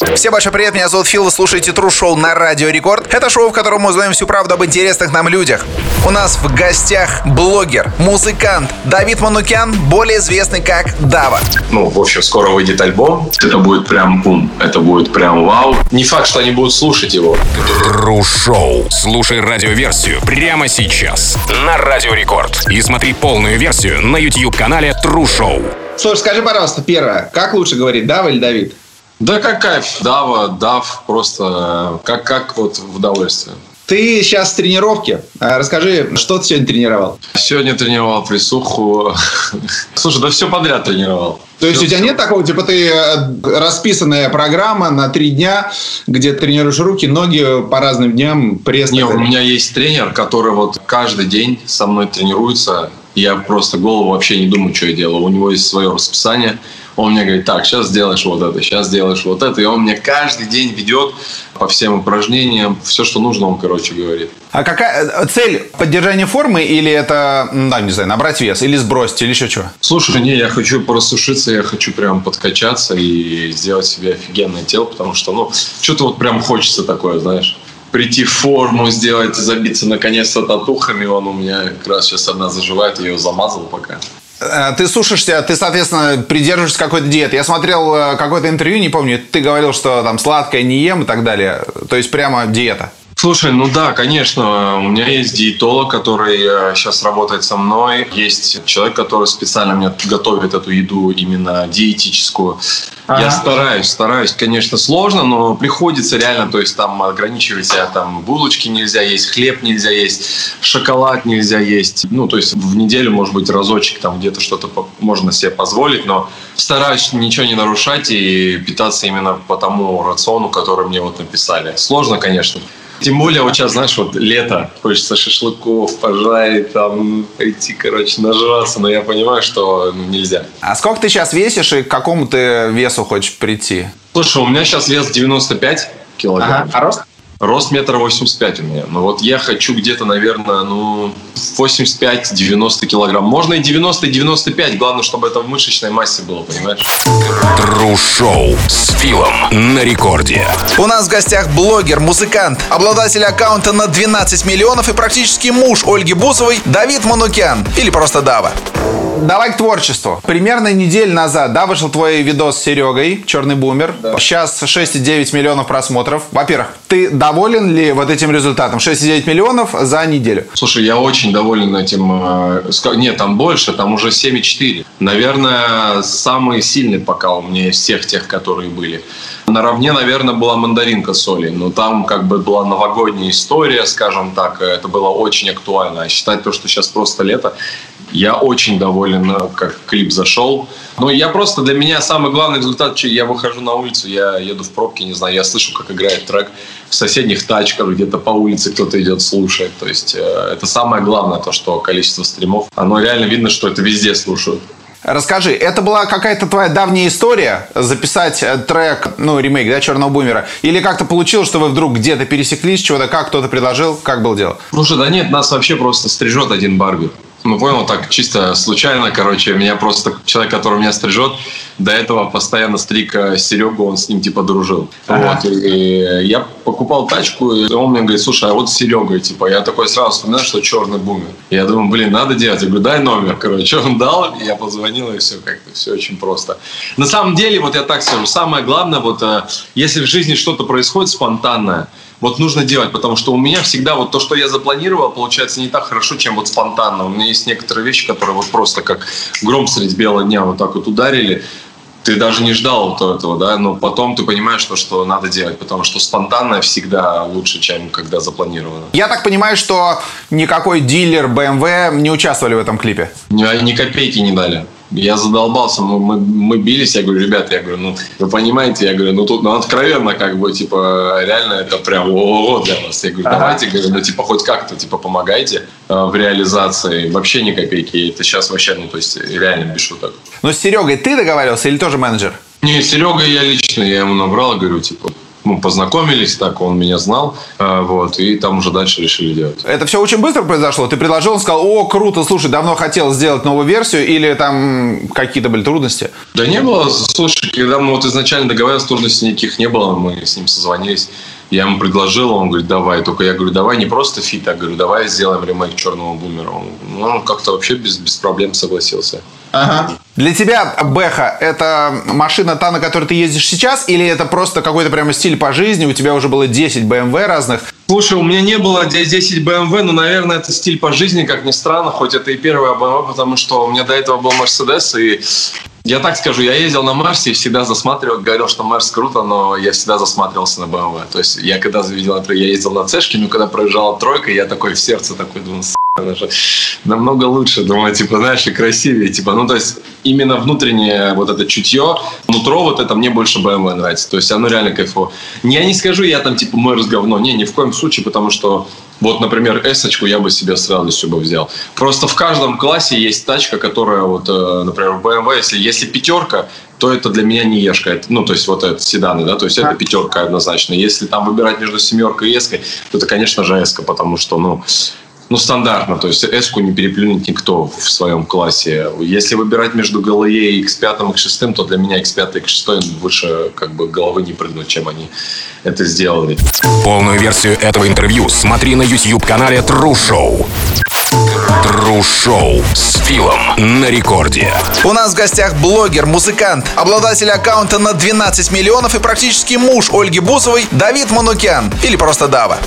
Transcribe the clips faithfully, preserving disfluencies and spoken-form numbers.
Всем большой привет, меня зовут Фил, вы слушаете True Show на Радио Рекорд. Это шоу, в котором мы узнаем всю правду об интересных нам людях. У нас в гостях блогер, музыкант Давид Манукян, более известный как Дава. Ну, в общем, скоро выйдет альбом. Это будет прям бум, это будет прям вау. Не факт, что они будут слушать его. True Show. Слушай радиоверсию прямо сейчас на Радио Рекорд. И смотри полную версию на YouTube-канале True Show. Слушай, скажи, пожалуйста, первое, как лучше говорить, Дава или Давид? Да как кайф. Дава, Дав, просто как, как вот в удовольствие. Ты сейчас в тренировке. Расскажи, что ты сегодня тренировал? Сегодня тренировал присуху. Слушай, да все подряд тренировал. То есть все, у тебя все. нет такого, типа ты расписанная программа на три дня, где ты тренируешь руки, ноги по разным дням, пресс? Не, у меня есть тренер, который вот каждый день со мной тренируется. Я просто голову вообще не думаю, что я делаю. У него есть свое расписание. Он мне говорит, так, сейчас сделаешь вот это, сейчас сделаешь вот это. И он мне каждый день ведет по всем упражнениям. Все, что нужно, он, короче, говорит. А какая цель? Поддержание формы или это, да, не знаю, набрать вес? Или сбросить, или еще что? Слушай, не, я хочу просушиться, я хочу прям подкачаться и сделать себе офигенное тело. Потому что, ну, что-то вот прям хочется такое, знаешь. Прийти в форму, сделать, забиться наконец-то татухами. Он у меня как раз сейчас одна заживает, я ее замазал пока. Ты сушишься, ты, соответственно, придерживаешься какой-то диеты. Я смотрел какое-то интервью, не помню, ты говорил, что там сладкое не ем и так далее. То есть прямо диета. Слушай, ну да, конечно, у меня есть диетолог, который сейчас работает со мной. Есть человек, который специально мне готовит эту еду именно диетическую. А-а-а. Я стараюсь, стараюсь, конечно, сложно, но приходится реально, то есть там ограничивать себя, там булочки нельзя есть, хлеб нельзя есть, шоколад нельзя есть. Ну, то есть в неделю, может быть, разочек там где-то что-то можно себе позволить, но стараюсь ничего не нарушать и питаться именно по тому рациону, который мне вот написали. Сложно, конечно. Тем более, вот сейчас, знаешь, вот лето, хочется шашлыков, пожарить, там, пойти, короче, нажраться, но я понимаю, что ну, нельзя. А сколько ты сейчас весишь и к какому ты весу хочешь прийти? Слушай, у меня сейчас вес девяносто пять килограмм. Ага. А рост? Рост метр восемьдесят пять у меня. Ну вот я хочу где-то, наверное, ну, восемьдесят пять - девяносто килограмм. Можно и девяносто - девяносто пять. Главное, чтобы это в мышечной массе было, понимаешь? True Show с Филом на рекорде. У нас в гостях блогер, музыкант, обладатель аккаунта на двенадцать миллионов и практически муж Ольги Бузовой Давид Манукян, или просто Дава. Давай к творчеству. Примерно неделю назад, да, вышел твой видос с Серегой, «Черный бумер». Да. Сейчас шесть и девять миллионов просмотров. Во-первых, ты доволен ли вот этим результатом? шесть и девять миллионов за неделю. Слушай, я очень доволен этим. Нет, там больше, там уже семь и четыре. Наверное, самый сильный пока у меня из всех тех, которые были. Наравне, наверное, была «Мандаринка» с Олей. Но там как бы была новогодняя история, скажем так. Это было очень актуально. А считать то, что сейчас просто лето, я очень доволен, как клип зашел. Но я просто, для меня самый главный результат, я выхожу на улицу, я еду в пробке, не знаю, я слышу, как играет трек в соседних тачках, где-то по улице кто-то идет, слушает. То есть это самое главное, то, что количество стримов, оно реально видно, что это везде слушают. Расскажи, это была какая-то твоя давняя история, записать трек, ну, ремейк, да, «Черного бумера»? Или как-то получилось, что вы вдруг где-то пересеклись, чего-то как, кто-то предложил, как было дело? Слушай, да нет, нас вообще просто стрижет один барбер. Ну, понял, так чисто случайно, короче, меня просто человек, который меня стрижет, до этого постоянно стриг Серегу, он с ним типа дружил. Ага. Вот, и я покупал тачку, и он мне говорит, слушай, а вот с Серегой, типа, я такой сразу вспоминаю, что «Черный бумер». Я думаю, блин, надо делать. Я говорю, дай номер, короче, он дал, и я позвонил, и все как-то, все очень просто. На самом деле, вот я так скажу, самое главное, вот, если в жизни что-то происходит спонтанное, вот нужно делать, потому что у меня всегда вот то, что я запланировал, получается не так хорошо, чем вот спонтанно. У меня есть некоторые вещи, которые вот просто как гром средь бела дня вот так вот ударили. Ты даже не ждал вот этого, да, но потом ты понимаешь, что, что надо делать, потому что спонтанное всегда лучше, чем когда запланировано. Я так понимаю, что никакой дилер бэ эм вэ не участвовали в этом клипе? Ни, ни копейки не дали. Я задолбался, мы, мы, мы бились, я говорю, ребята, я говорю, ну, вы понимаете, я говорю, ну, тут, ну, откровенно, как бы, типа, реально это прям о-о-о для вас. Я говорю, давайте, говорю, ну, типа, хоть как-то, типа, помогайте э, в реализации. Вообще ни копейки, это сейчас вообще, ну, то есть, реально без шуток. Но с Серегой ты договаривался или тоже менеджер? Не, с Серегой я лично, я ему набрал, говорю, типа, мы познакомились, так он меня знал, вот, и там уже дальше решили делать. Это все очень быстро произошло? Ты предложил, он сказал, о, круто, слушай, давно хотел сделать новую версию, или там какие-то были трудности? Да не было, слушай, когда мы вот изначально договаривались, трудностей никаких не было, мы с ним созвонились, я ему предложил, он говорит, давай, только я говорю, давай не просто фит, а говорю, давай сделаем ремейк «Черного бумера». Он, ну, он как-то вообще без, без проблем согласился. Ага. Для тебя Бэха – это машина та, на которой ты ездишь сейчас, или это просто какой-то прямо стиль по жизни, у тебя уже было десять бэ эм вэ разных? Слушай, у меня не было десять бэ эм вэ, но, наверное, это стиль по жизни, как ни странно, хоть это и первая бэ эм вэ, потому что у меня до этого был Мерседес, и я так скажу, я ездил на Мерсе и всегда засматривал, говорил, что Мерс круто, но я всегда засматривался на бэ эм вэ. То есть я когда видел, я ездил на Цешке, но когда проезжала тройка, я такой в сердце такой думал, она же намного лучше, думаю, типа, знаешь, и красивее, типа, ну, то есть именно внутреннее вот это чутье, нутро вот это мне больше бэ эм вэ нравится, то есть оно реально кайфово. Я не скажу, я там, типа, Мерс говно, не, ни в коем случае, потому что вот, например, эс-очку я бы себе с радостью бы взял. Просто в каждом классе есть тачка, которая, вот, например, в бэ эм вэ, если, если пятерка, то это для меня не ешка. Это, ну, то есть вот это седаны, да, то есть это пятерка однозначно. Если там выбирать между семеркой и эской, то это, конечно же, эска, потому что, ну, ну, стандартно, то есть эску не переплюнет никто в своем классе. Если выбирать между ГЛЕ и икс пять и икс шесть, то для меня икс пять и икс шесть выше как бы головы не прыгнут, чем они это сделали. Полную версию этого интервью смотри на YouTube-канале True Show. True Show с Филом на рекорде. У нас в гостях блогер, музыкант, обладатель аккаунта на двенадцать миллионов и практически муж Ольги Бузовой Давид Манукян, или просто Дава.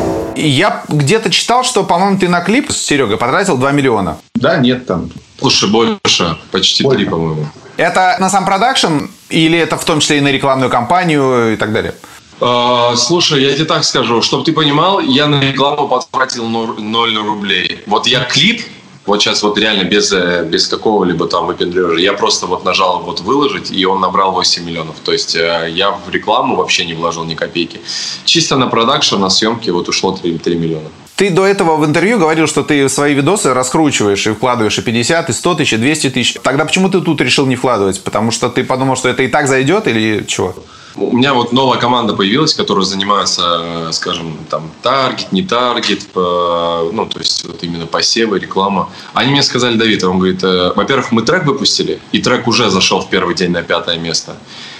Я где-то читал, что, по-моему, ты на клип с Серегой потратил два миллиона. Да, нет, там. Слушай, больше, почти три, по-моему. Это на сам продакшн или это в том числе и на рекламную кампанию и так далее? Uh, слушай, я тебе так скажу, чтобы ты понимал, я на рекламу потратил ноль рублей. Вот я клип, вот сейчас вот реально без, без какого-либо там выпендрежа, я просто вот нажал вот выложить, и он набрал восемь миллионов. То есть я в рекламу вообще не вложил ни копейки. Чисто на продакшн, на съемки вот ушло три миллиона. Ты до этого в интервью говорил, что ты свои видосы раскручиваешь и вкладываешь и пятьдесят, и сто тысяч, и двести тысяч. Тогда почему ты тут решил не вкладывать? Потому что ты подумал, что это и так зайдет или чего? У меня вот новая команда появилась, которая занимается, скажем, там, таргет, не таргет, по, ну, то есть вот именно посевы, реклама. Они мне сказали, Давид, он говорит, во-первых, мы трек выпустили, и трек уже зашел в первый день на пятое место.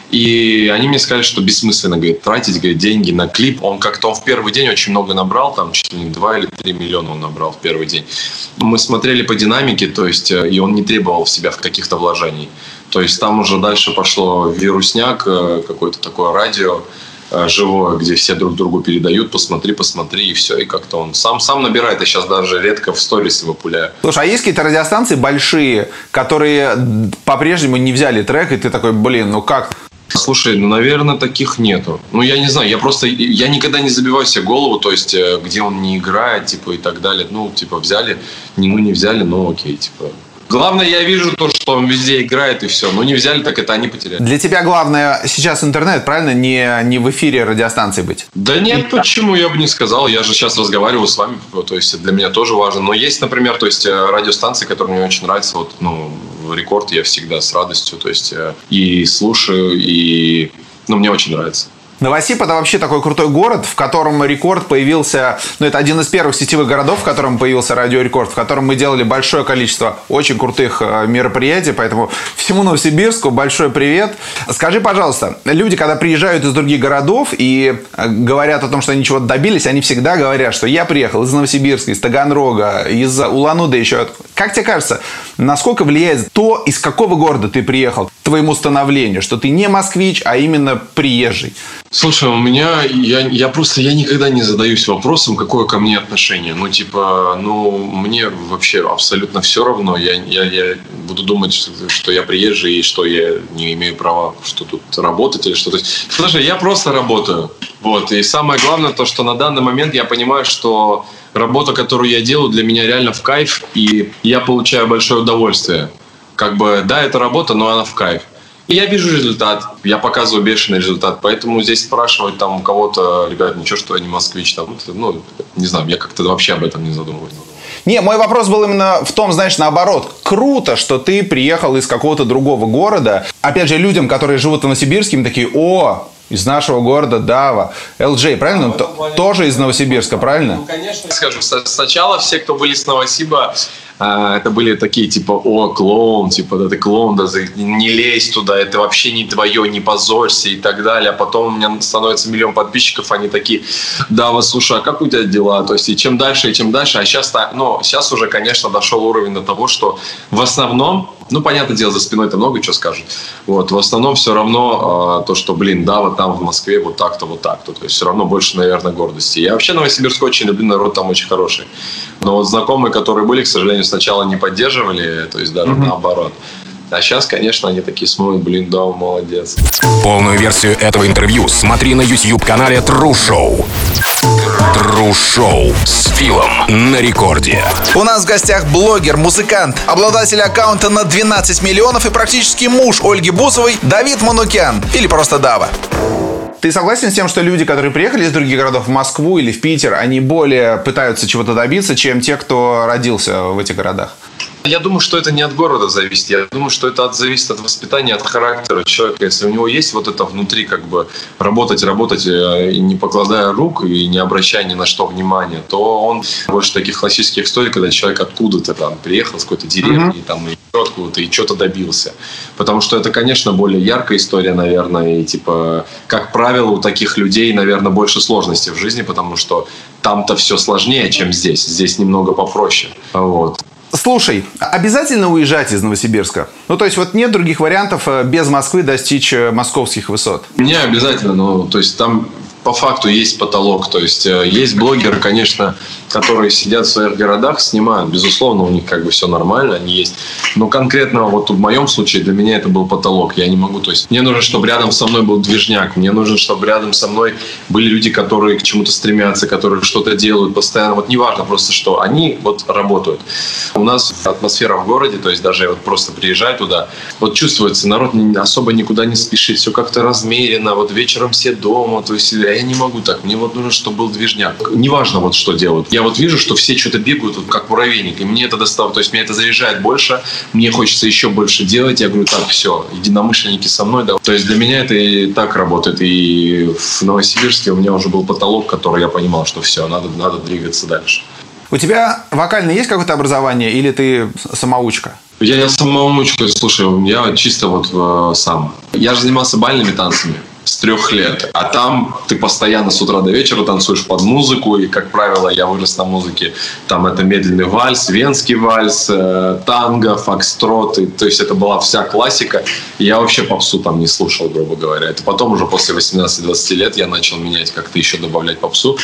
И они мне сказали, что бессмысленно, говорит, тратить, говорит, деньги на клип. Он как-то он в первый день очень много набрал, там чуть ли не два или три миллиона он набрал в первый день. Мы смотрели по динамике, то есть, и он не требовал в себя в каких-то вложений. То есть там уже дальше пошло вирусняк, какое-то такое радио живое, где все друг другу передают, посмотри, посмотри, и все. И как-то он сам, сам набирает. Я сейчас даже редко в сторис его пуляю. Слушай, а есть какие-то радиостанции большие, которые по-прежнему не взяли трек, и ты такой, блин, ну как... Слушай, ну, наверное, таких нету. Ну, я не знаю, я просто, я никогда не забиваю себе голову, то есть, где он не играет, типа, и так далее. Ну, типа, взяли, не, ну, не взяли, ну, окей, типа. Главное, я вижу то, что он везде играет, и все. Ну, не взяли, так это они потеряли. Для тебя главное сейчас интернет, правильно? Не, не в эфире радиостанции быть? Да нет, почему, я бы не сказал. Я же сейчас разговариваю с вами, то есть, для меня тоже важно. Но есть, например, то есть, радиостанции, которые мне очень нравятся, вот, ну, Рекорд я всегда с радостью, то есть, и слушаю, и, ну, мне очень нравится. Новосиб – это вообще такой крутой город, в котором Рекорд появился, ну, это один из первых сетевых городов, в котором появился Радио Рекорд, в котором мы делали большое количество очень крутых мероприятий, поэтому всему Новосибирску большой привет. Скажи, пожалуйста, люди, когда приезжают из других городов и говорят о том, что они чего-то добились, они всегда говорят, что я приехал из Новосибирска, из Таганрога, из Улан-Удэ еще. Как тебе кажется, насколько влияет то, из какого города ты приехал, к твоему становлению, что ты не москвич, а именно приезжий? Слушай, у меня, я, я просто, я никогда не задаюсь вопросом, какое ко мне отношение. Ну, типа, ну, мне вообще абсолютно все равно. Я, я, я буду думать, что, что я приезжий и что я не имею права, что тут работать или что-то. Слушай, я просто работаю. Вот. И самое главное то, что на данный момент я понимаю, что работа, которую я делаю, для меня реально в кайф, и я получаю большое удовольствие. Как бы, да, это работа, но она в кайф. И я вижу результат, я показываю бешеный результат, поэтому здесь спрашивать там у кого-то, ребят, ничего, что я не москвич, там, ну, не знаю, я как-то вообще об этом не задумываюсь. Не, мой вопрос был именно в том, знаешь, наоборот. Круто, что ты приехал из какого-то другого города. Опять же, людям, которые живут в Новосибирске, им такие, о, из нашего города Дава. эл джей, правильно? Он т- тоже из Новосибирска, правильно? Ну, конечно. Скажу, сначала все, кто были с Новосиба, это были такие, типа, о, клоун, типа, да ты клоун, да ты не лезь туда, это вообще не твое, не позорься и так далее. А потом у меня становится миллион подписчиков, они такие, да, вот, слушай, а как у тебя дела? То есть, и чем дальше, и чем дальше. А сейчас, ну, сейчас уже, конечно, дошел уровень до того, что в основном, ну, понятное дело, за спиной-то много чего скажут. Вот, в основном все равно э, то, что, блин, да, вот там в Москве вот так-то, вот так-то. То есть все равно больше, наверное, гордости. Я вообще Новосибирск очень люблю, народ там очень хороший. Но вот знакомые, которые были, к сожалению, сначала не поддерживали, то есть даже mm-hmm. наоборот. А сейчас, конечно, они такие смотрят, блин, да, молодец. Полную версию этого интервью смотри на YouTube-канале True Show. True Show с Филом на рекорде. У нас в гостях блогер, музыкант, обладатель аккаунта на двенадцать миллионов и практически муж Ольги Бузовой Давид Манукян, или просто Дава. Ты согласен с тем, что люди, которые приехали из других городов в Москву или в Питер, они более пытаются чего-то добиться, чем те, кто родился в этих городах? Я думаю, что это не от города зависит. Я думаю, что это от, зависит от воспитания, от характера человека. Если у него есть вот это внутри, как бы работать, работать, и не покладая рук, и не обращая ни на что внимания, то он больше таких классических историй, когда человек откуда-то там приехал с какой-то деревни, mm-hmm. там, и откуда-то, и что-то добился. Потому что это, конечно, более яркая история, наверное, и типа, как правило, у таких людей, наверное, больше сложностей в жизни, потому что там-то все сложнее, чем здесь. Здесь немного попроще. Вот. Слушай, обязательно уезжать из Новосибирска? Ну, то есть, вот нет других вариантов без Москвы достичь московских высот? Не обязательно, ну, то есть, там по факту есть потолок. То есть, есть блогеры, конечно, которые сидят в своих городах, снимают. Безусловно, у них как бы все нормально, они есть. Но конкретно вот в моем случае для меня это был потолок. Я не могу, то есть, мне нужно, чтобы рядом со мной был движняк. Мне нужно, чтобы рядом со мной были люди, которые к чему-то стремятся, которые что-то делают постоянно. Вот неважно просто, что они вот работают. У нас атмосфера в городе, то есть, даже я вот просто приезжаю туда, вот чувствуется, народ особо никуда не спешит, все как-то размеренно, вот вечером все дома, то есть, я не могу так, мне вот нужно, чтобы был движняк. Неважно вот что делают. Я вот вижу, что все что-то бегают, вот как муравейник, и мне это достало, то есть, меня это заряжает больше, мне хочется еще больше делать, я говорю, так, все, единомышленники со мной, да. То есть, для меня это и так работает, и в Новосибирске у меня уже был потолок, который я понимал, что все, надо, надо двигаться дальше. У тебя вокальное есть какое-то образование или ты самоучка? Я, я самоучка, слушай, я чисто вот э, сам. Я же занимался бальными танцами с трех лет. А там ты постоянно с утра до вечера танцуешь под музыку. И, как правило, я вырос на музыке. Там это медленный вальс, венский вальс, э, танго, фокстроты. То есть это была вся классика. И я вообще попсу там не слушал, грубо говоря. Это потом уже после восемнадцати-двадцати лет я начал менять, как-то еще добавлять попсу.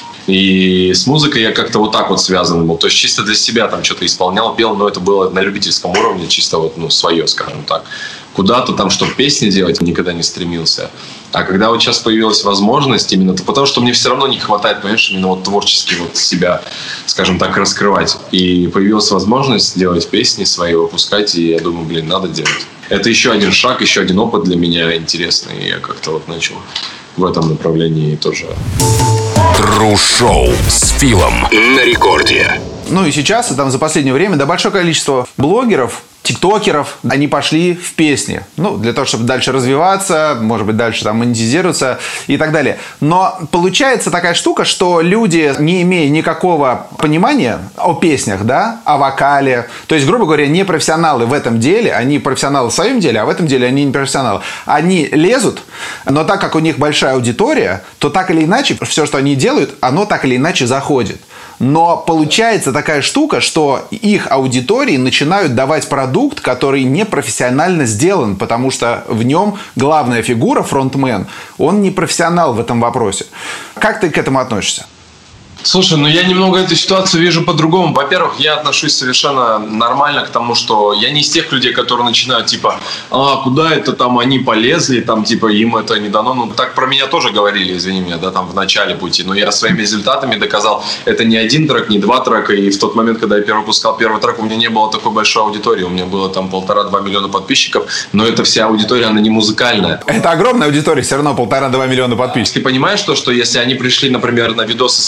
И с музыкой я как-то вот так вот связан был. То есть чисто для себя там что-то исполнял, пел, но это было на любительском уровне, чисто вот, ну, свое, скажем так. Куда-то там, чтобы песни делать, никогда не стремился. А когда вот сейчас появилась возможность, именно то, потому что мне все равно не хватает, понимаешь, именно вот творчески вот себя, скажем так, раскрывать. И появилась возможность делать песни свои, выпускать, и я думаю, блин, надо делать. Это еще один шаг, еще один опыт для меня интересный. И я как-то вот начал в этом направлении тоже. True Show с Филом на рекорде. Ну и сейчас, и там за последнее время, да, большое количество блогеров, тиктокеров, они пошли в песни. Ну, для того, чтобы дальше развиваться, может быть, дальше там монетизироваться и так далее. Но получается такая штука, что люди, не имея никакого понимания о песнях, да, о вокале, то есть, грубо говоря, не профессионалы в этом деле, они профессионалы в своем деле, а в этом деле они не профессионалы. Они лезут, но так как у них большая аудитория, то так или иначе, все, что они делают, оно так или иначе заходит. Но получается такая штука, что их аудитории начинают давать продукт, который не профессионально сделан, потому что в нем главная фигура, фронтмен, он не профессионал в этом вопросе. Как ты к этому относишься? Слушай, ну я немного эту ситуацию вижу по-другому. Во-первых, я отношусь совершенно нормально к тому, что я не из тех людей, которые начинают типа, а куда это там они полезли, там типа им это не дано. Ну так про меня тоже говорили, извини меня, да, там в начале пути. Но я своими результатами доказал, это не один трек, не два трека. И в тот момент, когда я первый выпускал первый трек, у меня не было такой большой аудитории. У меня было там полтора-два миллиона подписчиков. Но эта вся аудитория, она не музыкальная. Это огромная аудитория, все равно полтора-два миллиона подписчиков. Ты понимаешь то, что если они пришли, например, на видосы со мной,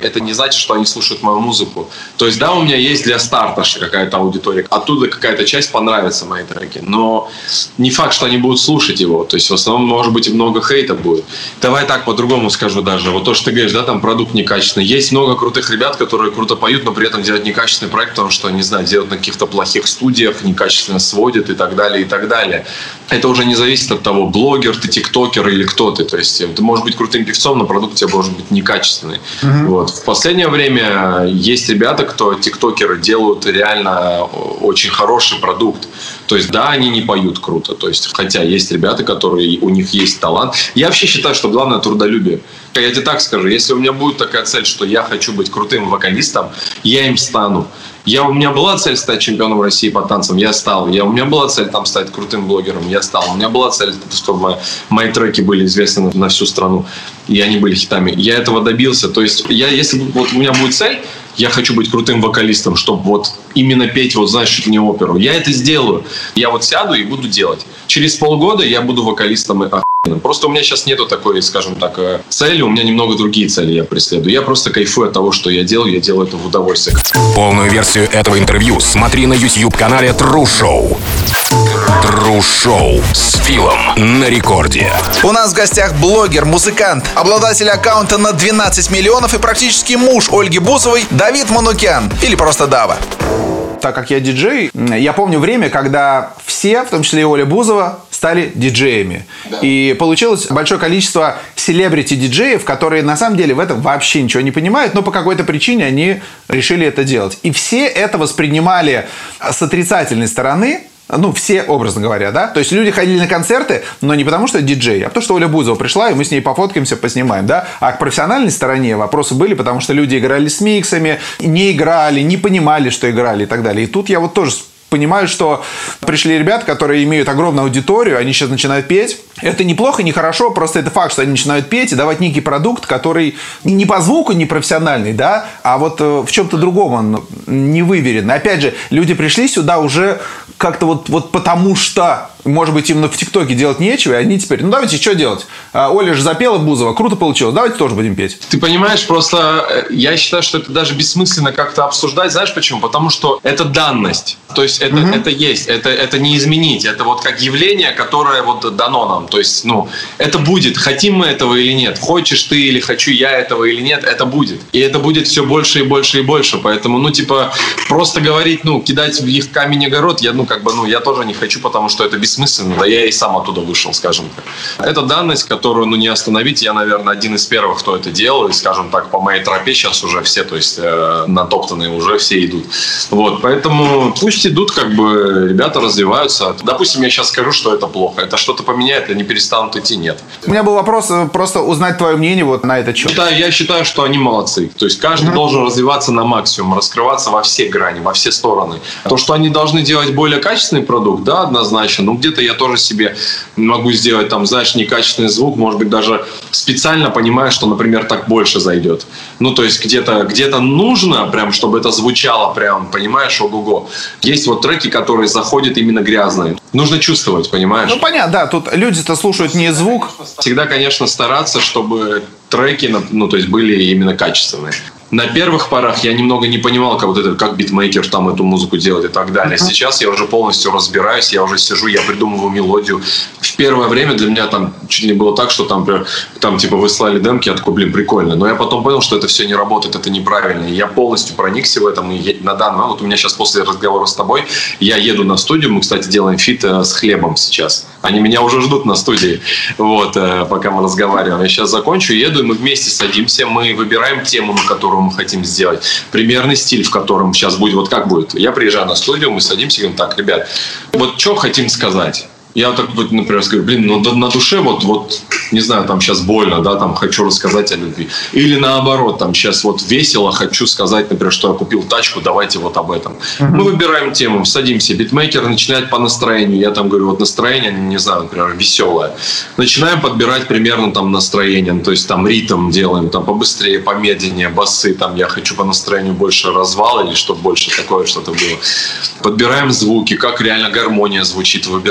это не значит, что они слушают мою музыку. То есть, да, у меня есть для старта какая-то аудитория, оттуда какая-то часть понравится мои треки, но не факт, что они будут слушать его. То есть, в основном, может быть, и много хейта будет. Давай так, по-другому скажу даже. Вот то, что ты говоришь, да, там продукт некачественный. Есть много крутых ребят, которые круто поют, но при этом делают некачественный проект, потому что, не знаю, делают на каких-то плохих студиях, некачественно сводят и так далее, и так далее. Это уже не зависит от того, блогер ты, тиктокер или кто ты. То есть, ты можешь быть крутым певцом, но продукт у тебя может быть некачественный. Mm-hmm. Вот. В последнее время есть ребята, кто тиктокеры делают реально очень хороший продукт. То есть, да, они не поют круто. То есть, хотя есть ребята, которые, у них есть талант. Я вообще считаю, что главное трудолюбие. Я тебе так скажу, если у меня будет такая цель, что я хочу быть крутым вокалистом, я им стану. Я, у меня была цель стать чемпионом России по танцам, я стал. Я, у меня была цель там стать крутым блогером, я стал. У меня была цель, чтобы мои, мои треки были известны на, на всю страну, и они были хитами. Я этого добился. То есть, я, если вот у меня будет цель, я хочу быть крутым вокалистом, чтобы вот именно петь, вот знаешь, чуть ли не оперу. Я это сделаю. Я вот сяду и буду делать. Через полгода я буду вокалистом охуенным. Просто у меня сейчас нету такой, скажем так, цели. У меня немного другие цели я преследую. Я просто кайфую от того, что я делаю. Я делаю это в удовольствие. Полную версию этого интервью смотри на YouTube-канале True Show. True Show с Филом на рекорде. У нас в гостях блогер, музыкант, обладатель аккаунта на двенадцать миллионов и практически муж Ольги Бузовой Давид Манукян, или просто Дава. Так как я диджей, я помню время, когда все, в том числе и Оля Бузова, стали диджеями. Да. И получилось большое количество селебрити-диджеев, которые на самом деле в этом вообще ничего не понимают, но по какой-то причине они решили это делать. И все это воспринимали с отрицательной стороны. Ну, все, образно говоря, да? То есть люди ходили на концерты, но не потому, что диджей, а потому, что Оля Бузова пришла, и мы с ней пофоткаемся, поснимаем, да? А к профессиональной стороне вопросы были, потому что люди играли с миксами, не играли, не понимали, что играли и так далее. И тут я вот тоже понимаю, что пришли ребята, которые имеют огромную аудиторию, они сейчас начинают петь. Это неплохо, не хорошо, просто это факт, что они начинают петь и давать некий продукт, который не по звуку не профессиональный, да, а вот в чем-то другом он не выверенный. Опять же, люди пришли сюда уже как-то вот, вот потому что, может быть, именно в ТикТоке делать нечего, и они теперь, ну давайте, что делать? Оля же запела Бузова, круто получилось, давайте тоже будем петь. Ты понимаешь, просто я считаю, что это даже бессмысленно как-то обсуждать, знаешь почему? Потому что это данность, то есть это, mm-hmm. это есть, это, это не изменить, это вот как явление, которое вот дано нам, то есть, ну, это будет, хотим мы этого или нет, хочешь ты или хочу я этого или нет, это будет, и это будет все больше и больше и больше, поэтому, ну, типа, просто говорить, ну, кидать в их камень огород, я, ну, как бы, ну, я тоже не хочу, потому что это бессмысленно, да я и сам оттуда вышел, скажем так. Это данность, которую, ну, не остановить, я, наверное, один из первых, кто это делал, и, скажем так, по моей тропе сейчас уже все, то есть, э, натоптанные уже все идут, вот, поэтому пусть идут, как бы, ребята развиваются, допустим, я сейчас скажу, что это плохо, это что-то поменяет, они перестанут идти, нет. У меня был вопрос, просто узнать твое мнение вот на это счет. Да, я считаю, что они молодцы. То есть каждый mm-hmm. должен развиваться на максимум, раскрываться во все грани, во все стороны. То, что они должны делать более качественный продукт, да, однозначно. Ну, где-то я тоже себе могу сделать, там, знаешь, некачественный звук, может быть, даже специально понимая, что, например, так больше зайдет. Ну, то есть где-то, где-то нужно, прям, чтобы это звучало прям, понимаешь, ого-го. Есть вот треки, которые заходят именно грязные. Нужно чувствовать, понимаешь? Ну, понятно, да, тут люди-то слушают не звук. Всегда, конечно, стараться, чтобы треки, ну, то есть были именно качественные. На первых порах я немного не понимал, как, вот это, как битмейкер там эту музыку делает и так далее. Uh-huh. Сейчас я уже полностью разбираюсь, я уже сижу, я придумываю мелодию. В первое время для меня там чуть не было так, что там, там типа выслали демки, я такой, блин, прикольно. Но я потом понял, что это все не работает, это неправильно. И я полностью проникся в этом. И на данный момент, вот у меня сейчас после разговора с тобой, я еду на студию, мы, кстати, делаем фит с Хлебом сейчас. Они меня уже ждут на студии, вот, пока мы разговариваем. Я сейчас закончу, еду, и мы вместе садимся, мы выбираем тему, на которую мы хотим сделать, примерный стиль, в котором сейчас будет, вот как будет. Я приезжаю на студию, мы садимся и говорим, так, ребят, вот что хотим сказать? Я вот так, например, говорю, блин, ну на душе вот, вот, не знаю, там сейчас больно, да, там хочу рассказать о любви. Или наоборот, там сейчас вот весело, хочу сказать, например, что я купил тачку, давайте вот об этом. Uh-huh. Мы выбираем тему, садимся, битмейкер начинает по настроению. Я там говорю, вот настроение, не знаю, например, веселое. Начинаем подбирать примерно там настроение, то есть там ритм делаем, там побыстрее, помедленнее, басы, там я хочу по настроению больше развала или чтобы больше такое что-то было. Подбираем звуки, как реально гармония звучит, выбираем мелодию.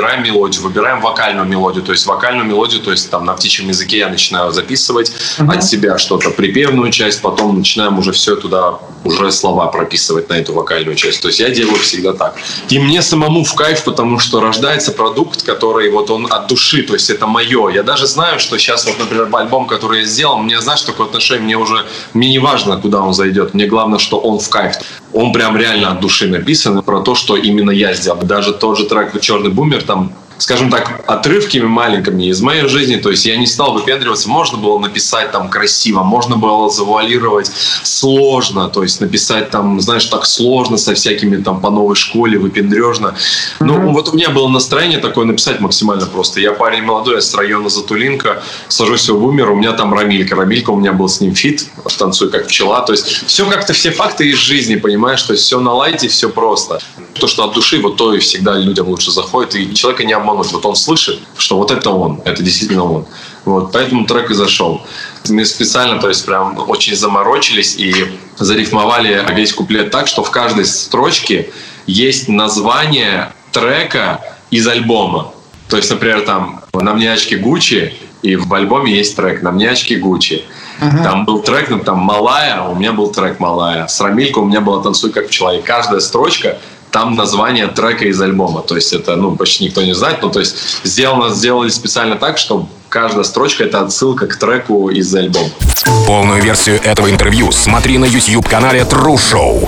мелодию, выбираем вокальную мелодию. То есть вокальную мелодию, то есть там на птичьем языке я начинаю записывать uh-huh. от себя что-то, припевную часть, потом начинаем уже все туда, уже слова прописывать на эту вокальную часть. То есть я делаю всегда так. И мне самому в кайф, потому что рождается продукт, который вот он от души, то есть это мое. Я даже знаю, что сейчас вот, например, альбом, который я сделал, мне, знаешь, такое отношение, мне уже, мне не важно, куда он зайдет, мне главное, что он в кайф. Он прям реально от души написан, про то, что именно я сделал. Даже тот же трек «Черный бумер», там, скажем так, отрывками маленькими из моей жизни, то есть я не стал выпендриваться, можно было написать там красиво, можно было завуалировать сложно, то есть написать там, знаешь, так сложно, со всякими там по новой школе, выпендрежно. Ну, mm-hmm. вот у меня было настроение такое написать максимально просто. Я парень молодой, я с района Затулинка, сажусь в Бумер, у меня там Рамилька. Рамилька, у меня был с ним фит, танцую как пчела, то есть все как-то, все факты из жизни, понимаешь, то есть все на лайте, все просто. То, что от души, вот то и всегда людям лучше заходит, и человека не обмануть. Вот он слышит, что вот это он, это действительно он. Вот, поэтому трек и зашел. Мы специально, то есть прям очень заморочились и зарифмовали весь куплет так, что в каждой строчке есть название трека из альбома. То есть, например, там «На мне очки Гуччи», и в альбоме есть трек «На мне очки Гуччи». Uh-huh. Там был трек, ну, там «Малая», у меня был трек «Малая». С Рамилькой у меня была «Танцуй как пчела». И каждая строчка там название трека из альбома. То есть это, ну, почти никто не знает. Ну, то есть сделано, сделали специально так, что каждая строчка — это отсылка к треку из альбома. Полную версию этого интервью смотри на YouTube-канале True Show.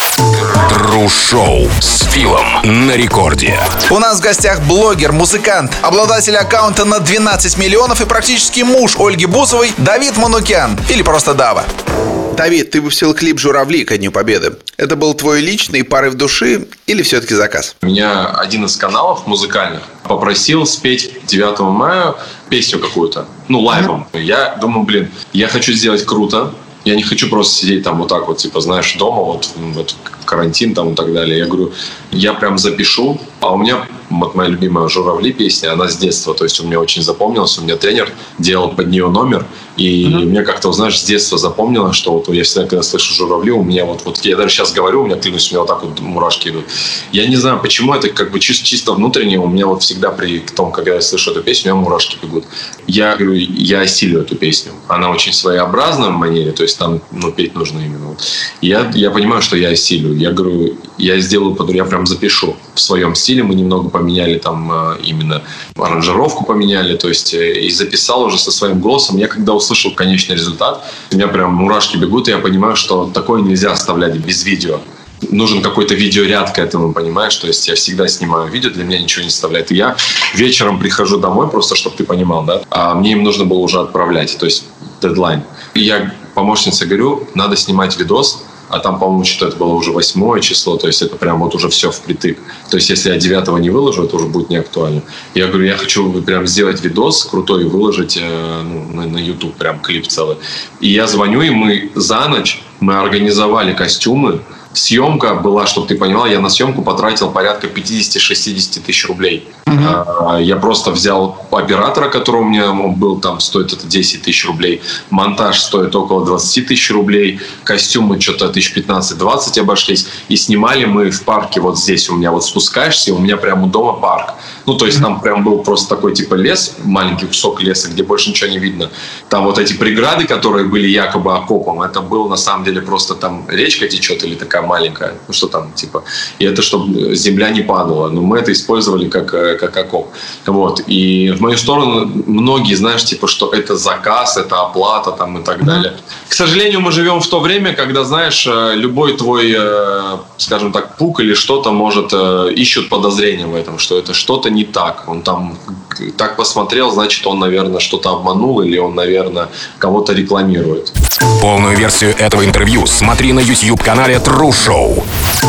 True Show с Филом на рекорде. У нас в гостях блогер, музыкант, обладатель аккаунта на двенадцать миллионов и практически муж Ольги Бузовой Давид Манукян, или просто Дава. Давид, ты выпустил клип «Журавли» ко Дню Победы. Это был твой личный порыв души или все-таки заказ? Меня один из каналов музыкальных попросил спеть девятого мая песню какую-то, ну, лайвом. Mm-hmm. Я думаю, блин, я хочу сделать круто. Я не хочу просто сидеть там вот так вот, типа, знаешь, дома, вот, вот карантин там и так далее. Я говорю, я прям запишу. А у меня вот моя любимая «Журавли» песня, она с детства, то есть у меня очень запомнилась. У меня тренер делал под нее номер, и mm-hmm. мне как-то, знаешь, с детства запомнилось, что вот я всегда, когда слышу «Журавли», у меня вот, вот я даже сейчас говорю, у меня, клянусь, у меня вот так вот мурашки идут. Я не знаю, почему это как бы чисто, чисто внутренне, у меня вот всегда при том, когда я слышу эту песню, у меня мурашки бегут. Я говорю, я осилю эту песню. Она очень своеобразна в манере, то есть там, ну, петь нужно именно. Я, я понимаю, что я осилю. Я говорю, я сделаю, я прям запишу в своем стиле. Мы немного поменяли там именно аранжировку поменяли, то есть и записал уже со своим голосом. Я когда услышал конечный результат, у меня прям мурашки бегут, и я понимаю, что такое нельзя оставлять без видео. Нужен какой-то видеоряд к этому, понимаешь? То есть я всегда снимаю видео, для меня ничего не вставляет. И я вечером прихожу домой, просто чтобы ты понимал, да? А мне им нужно было уже отправлять, то есть дедлайн. И я помощнице говорю, надо снимать видос, а там, по-моему, что-то это было уже восьмое число, то есть это прям вот уже все впритык. То есть если я девятого не выложу, это уже будет не актуально. Я говорю, я хочу прям сделать видос крутой и выложить э, ну, на, на YouTube прям клип целый. И я звоню, и мы за ночь мы организовали костюмы. Съемка была, чтобы ты понимал, я на съемку потратил порядка пятьдесят-шестьдесят тысяч рублей. Mm-hmm. Я просто взял оператора, который у меня был, там стоит это десять тысяч рублей. Монтаж стоит около двадцать тысяч рублей. Костюмы что-то тысяч пятнадцать-двадцать обошлись. И снимали мы в парке вот здесь у меня. Вот спускаешься, у меня прямо у дома парк. Ну, то есть mm-hmm. там прям был просто такой типа лес, маленький кусок леса, где больше ничего не видно. Там вот эти преграды, которые были якобы окопом, это было на самом деле просто там речка течет или такая маленькая, ну что там, типа, и это чтобы земля не падала, но мы это использовали как, как окоп, вот, и в мою сторону многие, знаешь, типа, что это заказ, это оплата, там, и так далее. К сожалению, мы живем в то время, когда, знаешь, любой твой, скажем так, пук или что-то может, ищут подозрения в этом, что это что-то не так, он там так посмотрел, значит, он, наверное, что-то обманул, или он, наверное, кого-то рекламирует. Полную версию этого интервью смотри на YouTube-канале True Show.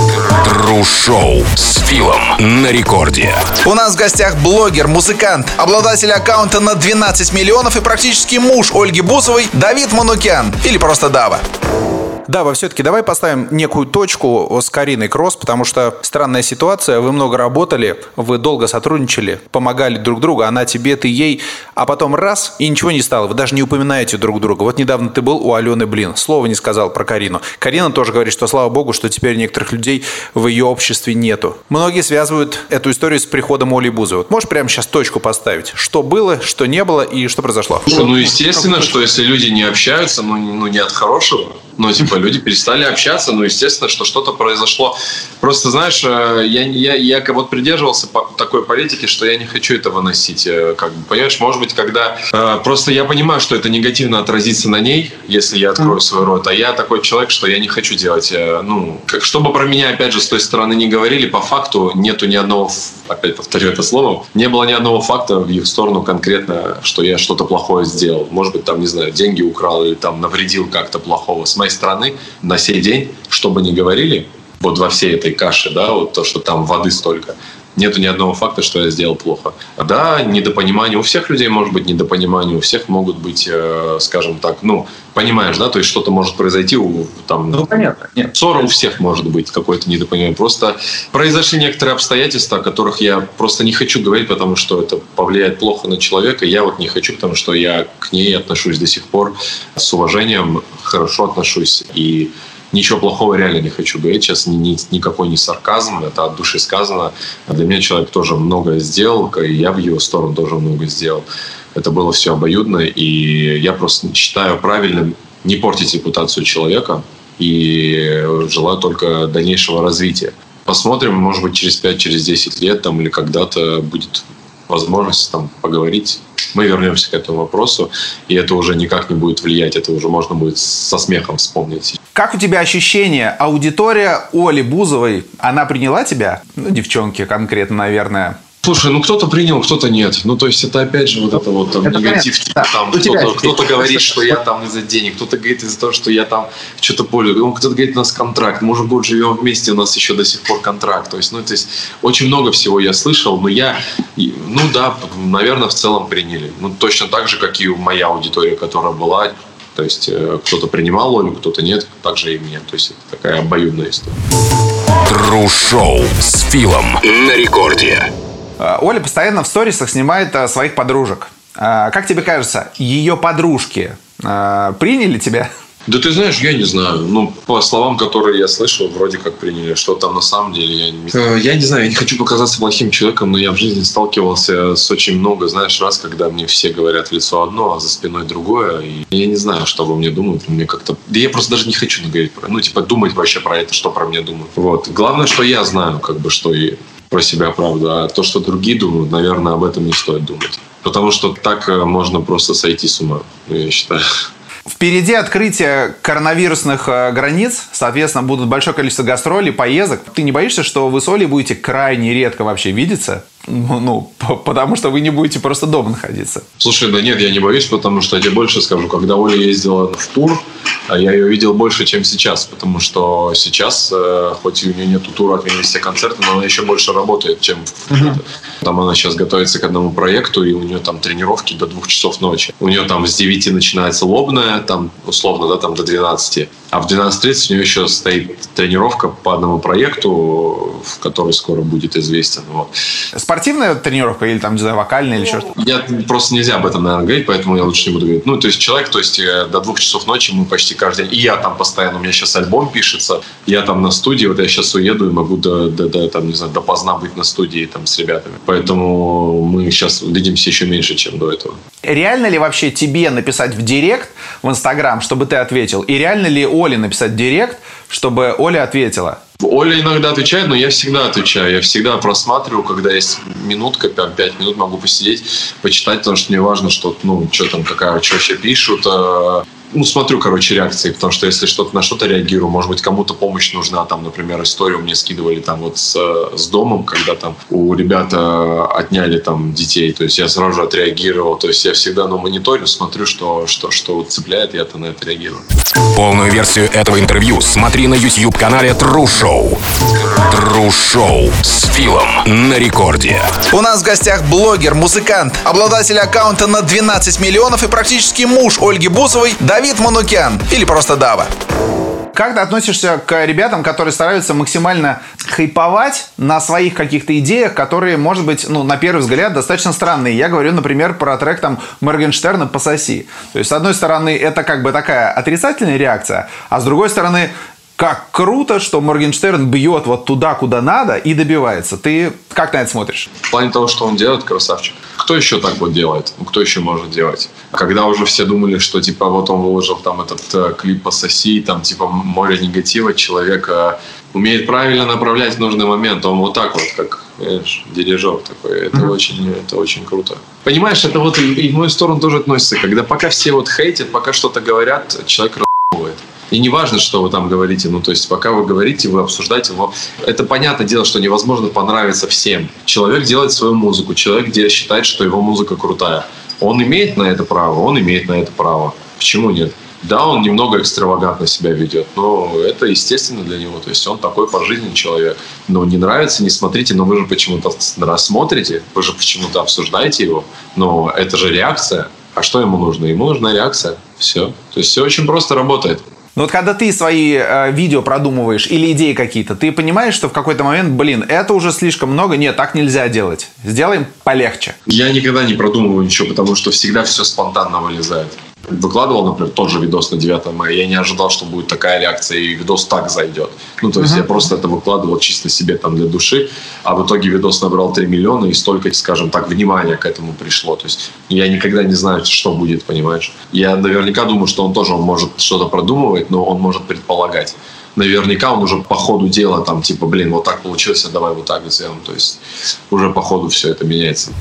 True Show с Филом на рекорде. У нас в гостях блогер, музыкант, обладатель аккаунта на двенадцать миллионов и практически муж Ольги Бузовой Давид Манукян, или просто Дава. Дава, все-таки давай поставим некую точку с Кариной Кросс, потому что странная ситуация, вы много работали, вы долго сотрудничали, помогали друг другу, она тебе, ты ей, а потом раз, и ничего не стало, вы даже не упоминаете друг друга. Вот недавно ты был у Алены Блин, слова не сказал про Карину. Карина тоже говорит, что слава богу, что теперь некоторых людей в ее обществе нету. Многие связывают эту историю с приходом Оли Бузовой. Вот можешь прямо сейчас точку поставить? Что было, что не было и что произошло? Ну, естественно, что если люди не общаются, ну, ну не от хорошего. Ну, типа, люди перестали общаться, ну, естественно, что что-то произошло. Просто, знаешь, я, я, я вот придерживался такой политики, что я не хочу это выносить. Как бы, понимаешь, может быть, когда... Просто я понимаю, что это негативно отразится на ней, если я открою свой рот. А я такой человек, что я не хочу делать... Ну, как, чтобы про меня, опять же, с той стороны не говорили, по факту нету ни одного... Опять повторю это слово. Не было ни одного факта в их сторону конкретно, что я что-то плохое сделал. Может быть, там, не знаю, деньги украл или там навредил как-то плохого. С моей стороны на сей день, что бы ни говорили, вот во всей этой каше, да, вот то, что там воды столько, нету ни одного факта, что я сделал плохо. Да, недопонимание, у всех людей может быть недопонимание, у всех могут быть, э, скажем так, ну, понимаешь, да, то есть что-то может произойти, у, там, ну, понятно. Нет. Ссора у всех может быть, какое-то недопонимание. Просто произошли некоторые обстоятельства, о которых я просто не хочу говорить, потому что это повлияет плохо на человека. Я вот не хочу, потому что я к ней отношусь до сих пор с уважением, хорошо отношусь и ничего плохого реально не хочу говорить. Сейчас ни, ни, никакой не сарказм, это от души сказано. Для меня человек тоже многое сделал, и я в его сторону тоже много сделал. Это было все обоюдно, и я просто считаю правильным не портить репутацию человека и желаю только дальнейшего развития. Посмотрим, может быть, через пять, через десять лет там, или когда-то будет возможность там поговорить. Мы вернемся к этому вопросу, и это уже никак не будет влиять, это уже можно будет со смехом вспомнить. Как у тебя ощущение? Аудитория Оли Бузовой, она приняла тебя? Ну, девчонки конкретно, наверное. Слушай, ну кто-то принял, кто-то нет. Ну, то есть это опять же вот это вот там, это негатив. Типа, там, кто-то, кто-то говорит, что я там из-за денег, кто-то говорит из-за того, что я там что-то пользуюсь. Кто-то говорит, у нас контракт. Мы уже год живем вместе, у нас еще до сих пор контракт. То есть, ну, то есть очень много всего я слышал, но я, ну да, наверное, в целом приняли. Ну, точно так же, как и моя аудитория, которая была. То есть кто-то принимал Олю, кто-то нет, так же и меня. То есть это такая обоюдная история. Тру-шоу с Филом на рекорде. Оля постоянно в сторисах снимает а, своих подружек. А, как тебе кажется, ее подружки а, приняли тебя? Да ты знаешь, я не знаю. Ну, по словам, которые я слышал, вроде как приняли. Что там на самом деле, я не... Я не знаю, я не хочу показаться плохим человеком, но я в жизни сталкивался с очень много, знаешь, раз, когда мне все говорят в лицо одно, а за спиной другое. И я не знаю, что обо мне думают. Мне как-то... Да я просто даже не хочу говорить про... Ну, типа, думать вообще про это, что про меня думают. Вот. Главное, что я знаю, как бы, что и про себя правду. А то, что другие думают, наверное, об этом не стоит думать. Потому что так можно просто сойти с ума, я считаю. Впереди открытие коронавирусных э, границ, соответственно, будут большое количество гастролей, поездок. Ты не боишься, что вы с Олей будете крайне редко вообще видеться? Ну, ну, потому что вы не будете просто дома находиться. Слушай, да нет, я не боюсь, потому что я тебе больше скажу. Когда Оля ездила в тур, я ее видел больше, чем сейчас. Потому что сейчас, хоть и у нее нету тура, отменили все концерты, но она еще больше работает, чем uh-huh. Там она сейчас готовится к одному проекту, и у нее там тренировки до двух часов ночи. У нее там с девяти начинается лобная, там условно, да, там до двенадцати. А в двенадцать тридцать у нее еще стоит тренировка по одному проекту, в который скоро будет известен. Вот. Спортивная тренировка или там, не знаю, вокальная или что-то? Я просто нельзя об этом, наверное, говорить, поэтому я лучше не буду говорить. Ну, то есть человек, то есть до двух часов ночи мы почти каждый день. И я там постоянно, у меня сейчас альбом пишется, я там на студии, вот я сейчас уеду и могу до, до, до там, не знаю, допоздна быть на студии там с ребятами. Поэтому мы сейчас видимся еще меньше, чем до этого. Реально ли вообще тебе написать в директ в Инстаграм, чтобы ты ответил? И реально ли Оле написать в директ, чтобы Оля ответила? Оля иногда отвечает, но я всегда отвечаю. Я всегда просматриваю, когда есть минутка, пять минут могу посидеть, почитать, потому что мне важно, что, ну, что там, какая, что вообще пишут. Ну, смотрю, короче, реакции, потому что если что-то на что-то реагирую, может быть, кому-то помощь нужна, там, например, историю мне скидывали там вот с, с домом, когда там у ребят отняли там детей, то есть я сразу же отреагировал, то есть я всегда, ну, мониторю, смотрю, что, что, что цепляет, я-то на это реагирую. Полную версию этого интервью смотри на YouTube-канале Тру-шоу. Тру-шоу с Филом на рекорде. У нас в гостях блогер, музыкант, обладатель аккаунта на двенадцать миллионов и практически муж Ольги Бузовой Давид Манукян, или просто Дава. Как ты относишься к ребятам, которые стараются максимально хайповать на своих каких-то идеях, которые, может быть, ну, на первый взгляд, достаточно странные? Я говорю, например, про трек там Моргенштерна «Пососи». То есть, с одной стороны, это как бы такая отрицательная реакция, а с другой стороны, как круто, что Моргенштерн бьет вот туда, куда надо, и добивается. Ты как на это смотришь? В плане того, что он делает, красавчик. Кто еще так вот делает? Ну, кто еще может делать? Когда уже все думали, что типа вот он выложил там этот э, клип «Пососи», там типа море негатива, человек э, умеет правильно направлять в нужный момент. Он вот так вот, как, знаешь, дирижер такой. Это, mm-hmm. очень, это очень круто. Понимаешь, это вот и, и в мою сторону тоже относится. Когда пока все вот хейтят, пока что-то говорят, человек расхуивает. И не важно, что вы там говорите, ну, то есть, пока вы говорите, вы обсуждаете его. Это понятное дело, что невозможно понравиться всем. Человек делает свою музыку, человек считает, что его музыка крутая. Он имеет на это право, он имеет на это право. Почему нет? Да, он немного экстравагантно себя ведет, но это естественно для него. То есть, он такой по жизни человек. Но не нравится, не смотрите, но вы же почему-то рассмотрите, вы же почему-то обсуждаете его. Но это же реакция. А что ему нужно? Ему нужна реакция. Все. То есть, все очень просто работает. Но вот когда ты свои э, видео продумываешь или идеи какие-то, ты понимаешь, что в какой-то момент, блин, это уже слишком много, нет, так нельзя делать. Сделаем полегче. Я никогда не продумываю ничего, потому что всегда все спонтанно вылезает. Выкладывал, например, тот же видос на девятое мая. Я не ожидал, что будет такая реакция, и видос так зайдет. Ну, то есть, uh-huh. я просто это выкладывал чисто себе там для души, а в итоге видос набрал три миллиона, и столько, скажем так, внимания к этому пришло. То есть, я никогда не знаю, что будет, понимаешь? Я наверняка думаю, что он тоже он может что-то продумывать, но он может предполагать. Наверняка он уже по ходу дела там, типа, блин, вот так получилось, давай вот так сделаем. То есть, уже по ходу все это меняется.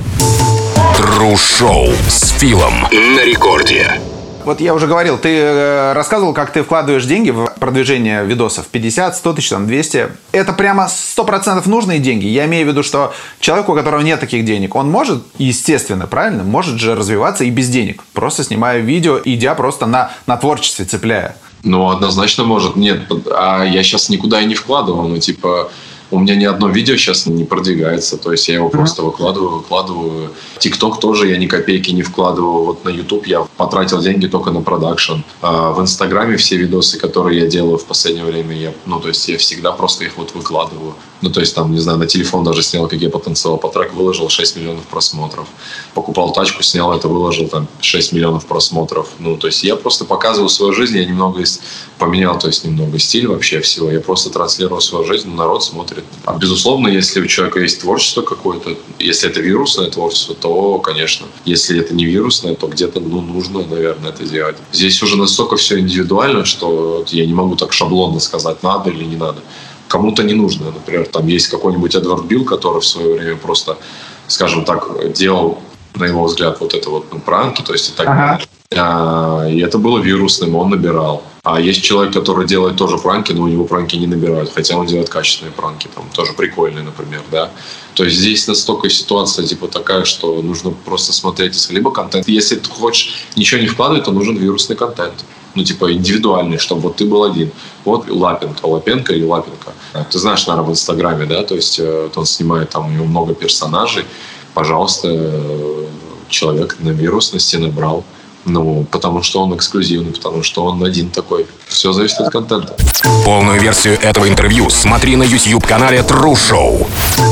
Тру-шоу с Филом на рекорде. Вот я уже говорил, ты э, рассказывал, как ты вкладываешь деньги в продвижение видосов. пятьдесят, сто тысяч, там, двести. Это прямо сто процентов нужные деньги. Я имею в виду, что человеку, у которого нет таких денег, он может, естественно, правильно, может же развиваться и без денег. Просто снимая видео, идя просто на, на творчестве, цепляя. Ну, однозначно может. Нет, а я сейчас никуда и не вкладывал. Ну, типа... У меня ни одно видео сейчас не продвигается, то есть я его mm-hmm. просто выкладываю, выкладываю. ТикТок тоже я ни копейки не вкладываю. Вот на Ютуб я потратил деньги только на продакшн. А в Инстаграме все видосы, которые я делаю в последнее время, я, ну, то есть я всегда просто их вот выкладываю. Ну, то есть там, не знаю, на телефон даже снял, как я потанцевал по треку, выложил шесть миллионов просмотров. Покупал тачку, снял это, выложил там шесть миллионов просмотров. Ну, то есть я просто показываю свою жизнь, я немного поменял, то есть немного стиль вообще всего. Я просто транслирую свою жизнь, народ смотрит. А безусловно, если у человека есть творчество какое-то, если это вирусное творчество, то, конечно. Если это не вирусное, то где-то, ну, нужно, наверное, это делать. Здесь уже настолько все индивидуально, что я не могу так шаблонно сказать, надо или не надо. Кому-то не нужно. Например, там есть какой-нибудь Эдвард Билл, который в свое время просто, скажем так, делал, на его взгляд, вот это вот, ну, пранки, то есть и так далее. Ага. А, и это было вирусным, он набирал. А есть человек, который делает тоже пранки, но у него пранки не набирают, хотя он делает качественные пранки, там тоже прикольные, например, да. То есть здесь настолько ситуация типа такая, что нужно просто смотреть либо контент. Если ты хочешь ничего не вкладывать, то нужен вирусный контент. Ну, типа, индивидуальный, чтобы вот ты был один. Вот Лапенко, Лапенко или Лапенко. Ты знаешь, наверное, в Инстаграме, да, то есть он снимает, там у него много персонажей. Пожалуйста, человек на вирусности набрал. Ну, потому что он эксклюзивный, потому что он один такой. Все зависит от контента. Полную версию этого интервью смотри на YouTube-канале Тру-шоу.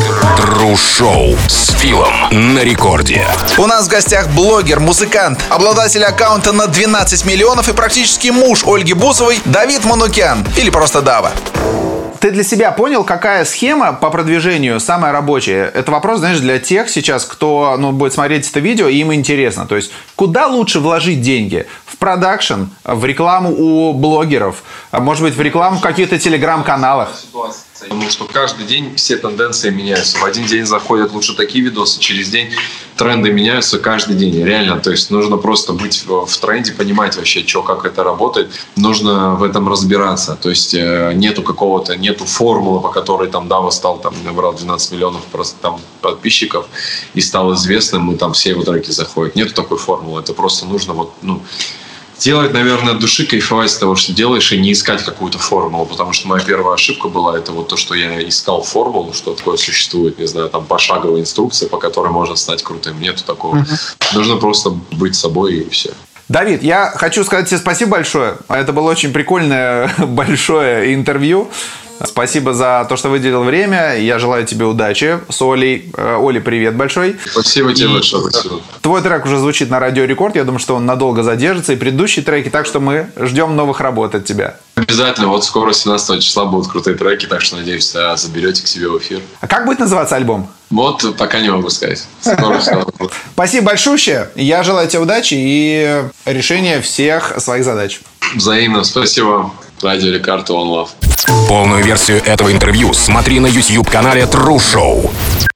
Тру-шоу с Филом на рекорде. У нас в гостях блогер, музыкант, обладатель аккаунта на двенадцать миллионов и практически муж Ольги Бузовой Давид Манукян. Или просто Дава. Ты для себя понял, какая схема по продвижению самая рабочая? Это вопрос, знаешь, для тех сейчас, кто, ну, будет смотреть это видео, и им интересно. То есть, куда лучше вложить деньги? В продакшн, в рекламу у блогеров, может быть, в рекламу в каких-то телеграм-каналах? Потому что каждый день все тенденции меняются. В один день заходят лучше такие видосы, через день тренды меняются каждый день. Реально, то есть нужно просто быть в тренде, понимать вообще, что, как это работает. Нужно в этом разбираться. То есть нету какого-то, нету формулы, по которой там Дава стал, там, набрал двенадцать миллионов просто, там, подписчиков и стал известным, и там все его треки заходят. Нету такой формулы. Это просто нужно вот, ну, делать, наверное, от души, кайфовать с того, что делаешь, и не искать какую-то формулу. Потому что моя первая ошибка была, это вот то, что я искал формулу, что такое существует, не знаю, там пошаговая инструкция, по которой можно стать крутым. Нету такого. Uh-huh. Нужно просто быть собой, и все. Давид, я хочу сказать тебе спасибо большое. Это было очень прикольное большое интервью. Спасибо за то, что выделил время. Я желаю тебе удачи с Олей. Оле, привет большой. Спасибо тебе большое. Спасибо. Твой трек уже звучит на Радио Рекорд. Я думаю, что он надолго задержится. И предыдущие треки. Так что мы ждем новых работ от тебя. Обязательно. Вот скоро, семнадцатого числа, будут крутые треки. Так что, надеюсь, заберете к себе в эфир. А как будет называться альбом? Вот пока не могу сказать. Скоро все. Спасибо большое. Я желаю тебе удачи и решения всех своих задач. Взаимно. Спасибо. Радио Рекорд, One Love. Полную версию этого интервью смотри на YouTube-канале True Show.